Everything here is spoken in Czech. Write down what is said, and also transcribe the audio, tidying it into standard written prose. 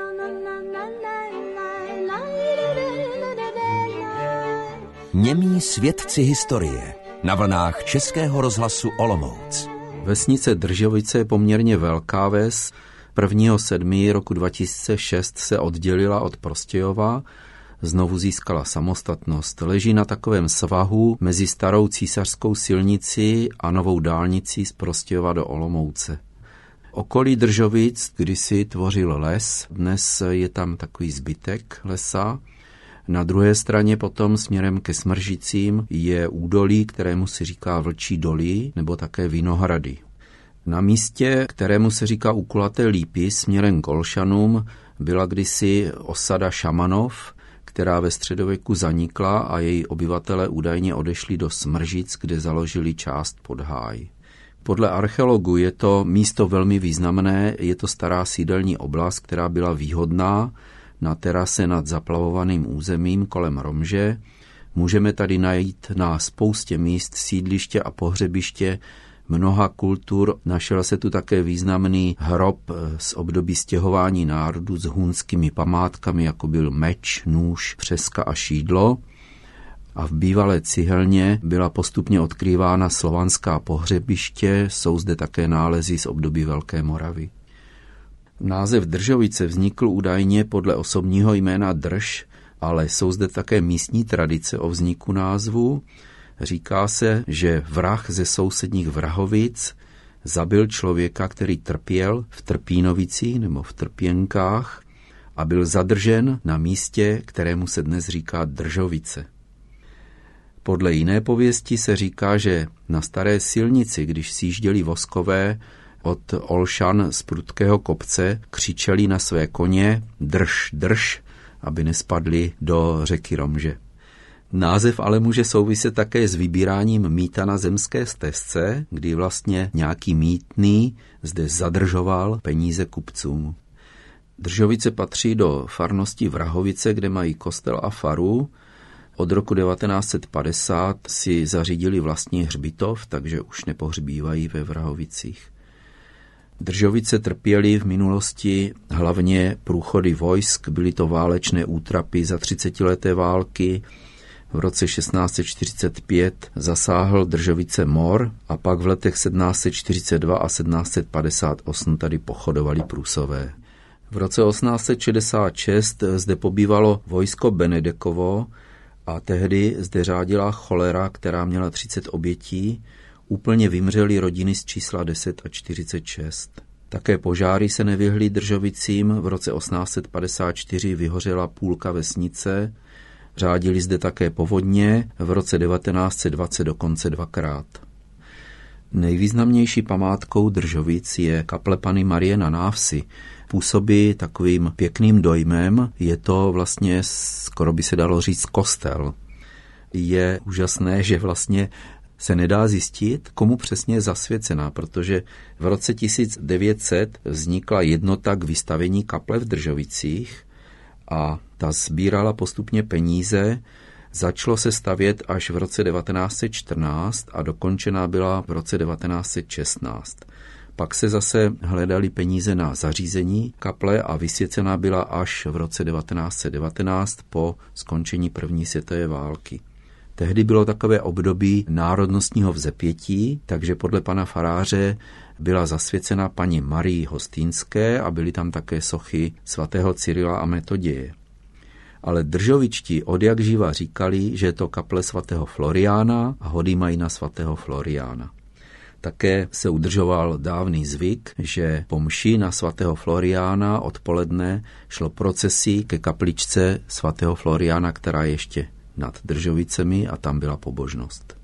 Němí svědci historie na vlnách Českého rozhlasu Olomouc. Vesnice Držovice je poměrně velká ves. 1.7. roku 2006 se oddělila od Prostějova, znovu získala samostatnost. Leží na takovém svahu mezi starou císařskou silnicí a novou dálnicí z Prostějova do Olomouce. Okolí Držovic kdysi tvořil les, dnes je tam takový zbytek lesa. Na druhé straně potom směrem ke Smržicím je údolí, kterému se říká Vlčí doly, nebo také Vinohrady. Na místě, kterému se říká U kulaté lípy, směrem k Olšanům, byla kdysi osada Šamanov, která ve středověku zanikla a její obyvatelé údajně odešli do Smržic, kde založili část Podháj. Podle archeologů je to místo velmi významné, je to stará sídelní oblast, která byla výhodná na terase nad zaplavovaným územím kolem Romže. Můžeme tady najít na spoustě míst sídliště a pohřebiště mnoha kultur. Našel se tu také významný hrob z období stěhování národů s hunskými památkami, jako byl meč, nůž, přeska a šídlo. A v bývalé cihelně byla postupně odkrývána slovanská pohřebiště, jsou zde také nálezy z období Velké Moravy. Název Držovice vznikl údajně podle osobního jména Drž, ale jsou zde také místní tradice o vzniku názvu. Říká se, že vrah ze sousedních Vrahovic zabil člověka, který trpěl v Trpínovicích nebo v Trpěnkách a byl zadržen na místě, kterému se dnes říká Držovice. Podle jiné pověsti se říká, že na staré silnici, když sjížděli voskové od Olšan z prudkého kopce, křičeli na své koně drž, drž, aby nespadli do řeky Romže. Název ale může souviset také s vybíráním mýta na zemské stezce, kdy vlastně nějaký mýtný zde zadržoval peníze kupcům. Držovice patří do farnosti Vrahovice, kde mají kostel a faru. Od roku 1950 si zařídili vlastní hřbitov, takže už nepohřbívají ve Vrahovicích. Držovice trpěly v minulosti hlavně průchody vojsk, byly to válečné útrapy za 30leté války. V roce 1645 zasáhl Držovice mor a pak v letech 1742 a 1758 tady pochodovali Prusové. V roce 1866 zde pobývalo vojsko Benedekovo a tehdy zde řádila cholera, která měla 30 obětí. Úplně vymřely rodiny z čísla 10 a 46. Také požáry se nevyhly Držovicím. V roce 1854 vyhořela půlka vesnice. Řádili zde také povodně, v roce 1920 dokonce dvakrát. Nejvýznamnější památkou Držovic je kaple Panny Marie na Návsi. Působí takovým pěkným dojmem, je to vlastně, skoro by se dalo říct, kostel. Je úžasné, že vlastně se nedá zjistit, komu přesně je zasvěcená, protože v roce 1900 vznikla jednota k vystavení kaple v Držovicích a ta sbírala postupně peníze. Začalo se stavět až v roce 1914 a dokončená byla v roce 1916. Pak se zase hledaly peníze na zařízení kaple a vysvěcená byla až v roce 1919 po skončení první světové války. Tehdy bylo takové období národnostního vzepětí, takže podle pana faráře byla zasvěcena paní Marii Hostýnské a byly tam také sochy svatého Cyrila a Metoděje. Ale Držovičtí odjakživa říkali, že je to kaple svatého Floriána a hody mají na svatého Floriána. Také se udržoval dávný zvyk, že po mši na svatého Floriána odpoledne šlo procesí ke kapličce svatého Floriána, která je ještě nad Držovicemi a tam byla pobožnost.